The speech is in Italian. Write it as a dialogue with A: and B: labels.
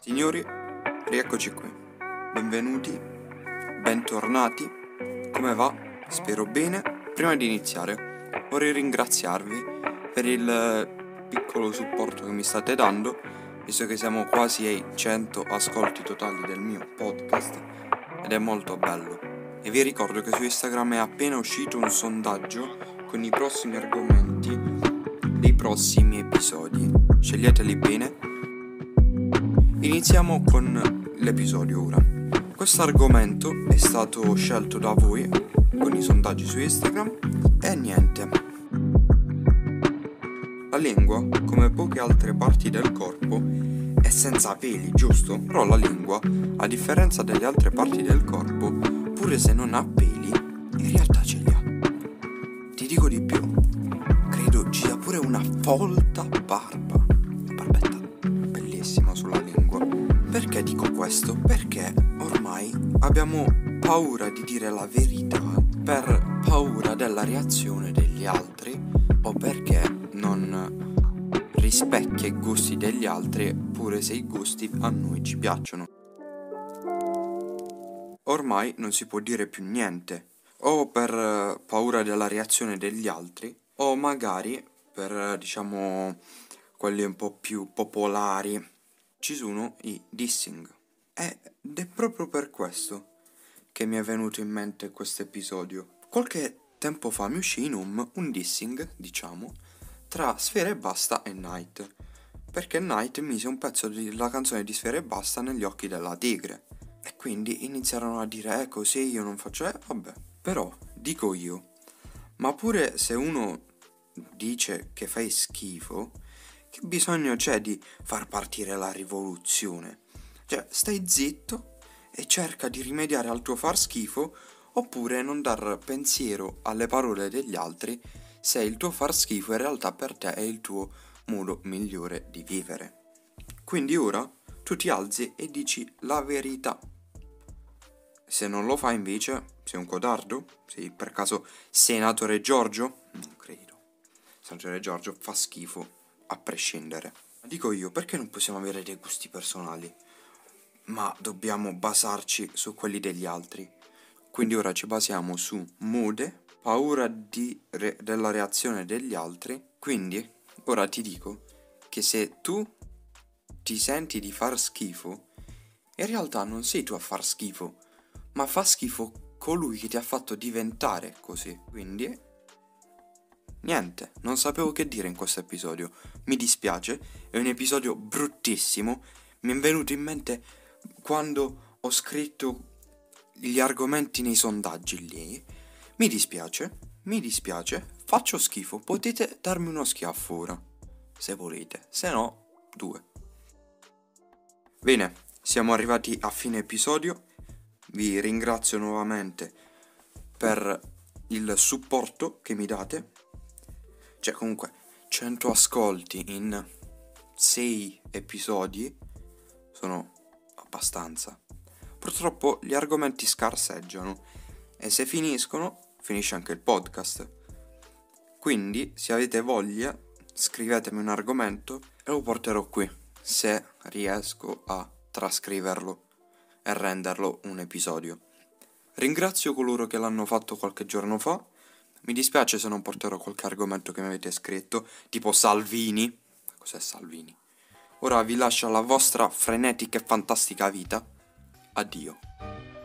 A: Signori, rieccoci qui. Benvenuti, bentornati. Come va? Spero bene. Prima di iniziare, vorrei ringraziarvi per il piccolo supporto che mi state dando, visto che siamo quasi ai 100 ascolti totali del mio podcast, ed è molto bello. E vi ricordo che su Instagram è appena uscito un sondaggio con i prossimi argomenti dei prossimi episodi. Sceglieteli bene. Iniziamo con l'episodio ora. Questo argomento è stato scelto da voi con i sondaggi su Instagram e niente. La lingua, come poche altre parti del corpo, è senza peli, giusto? Però la lingua, a differenza delle altre parti del corpo, pure se non ha peli, in realtà ce li ha. Ti dico di più, credo ci sia pure una folta barba. Barbetta bellissima sulla lingua. Perché dico questo? Perché ormai abbiamo paura di dire la verità per paura della reazione degli altri o perché non rispecchia i gusti degli altri, pure se i gusti a noi ci piacciono. Ormai non si può dire più niente, o per paura della reazione degli altri, o magari per, quelli un po' più popolari. Ci sono i dissing. Ed è proprio per questo che mi è venuto in mente questo episodio. Qualche tempo fa mi uscì in un dissing, tra Sfera Ebbasta e Night. Perché Night mise un pezzo della canzone di Sfera Ebbasta negli occhi della tigre. E quindi iniziarono a dire, così io non faccio, vabbè. Però, dico io, ma pure se uno dice che fai schifo, che bisogno c'è di far partire la rivoluzione? Cioè, stai zitto e cerca di rimediare al tuo far schifo, oppure non dar pensiero alle parole degli altri se il tuo far schifo in realtà per te è il tuo modo migliore di vivere. Quindi ora tu ti alzi e dici la verità. Se non lo fai invece sei un codardo? Sei per caso Senatore Giorgio? Non credo. Senatore Giorgio fa schifo a prescindere. Dico io, perché non possiamo avere dei gusti personali? Ma dobbiamo basarci su quelli degli altri. Quindi ora ci basiamo su mode, paura della reazione degli altri. Quindi ora ti dico che se tu ti senti di far schifo, in realtà non sei tu a far schifo, ma fa schifo colui che ti ha fatto diventare così. Quindi niente, non sapevo che dire in questo episodio. Mi dispiace, è un episodio bruttissimo. Mi è venuto in mente quando ho scritto gli argomenti nei sondaggi lì. Mi dispiace, faccio schifo. Potete darmi uno schiaffo ora, se volete, se no, 2. Bene, siamo arrivati a fine episodio. Vi ringrazio nuovamente per il supporto che mi date. Cioè, comunque, 100 ascolti in 6 episodi sono abbastanza. Purtroppo gli argomenti scarseggiano e se finiscono, finisce anche il podcast. Quindi, se avete voglia, scrivetemi un argomento e lo porterò qui, se riesco a trascriverlo e renderlo un episodio. Ringrazio coloro che l'hanno fatto qualche giorno fa. Mi dispiace se non porterò qualche argomento che mi avete scritto, tipo Salvini. Cos'è Salvini? Ora vi lascio alla vostra frenetica e fantastica vita. Addio.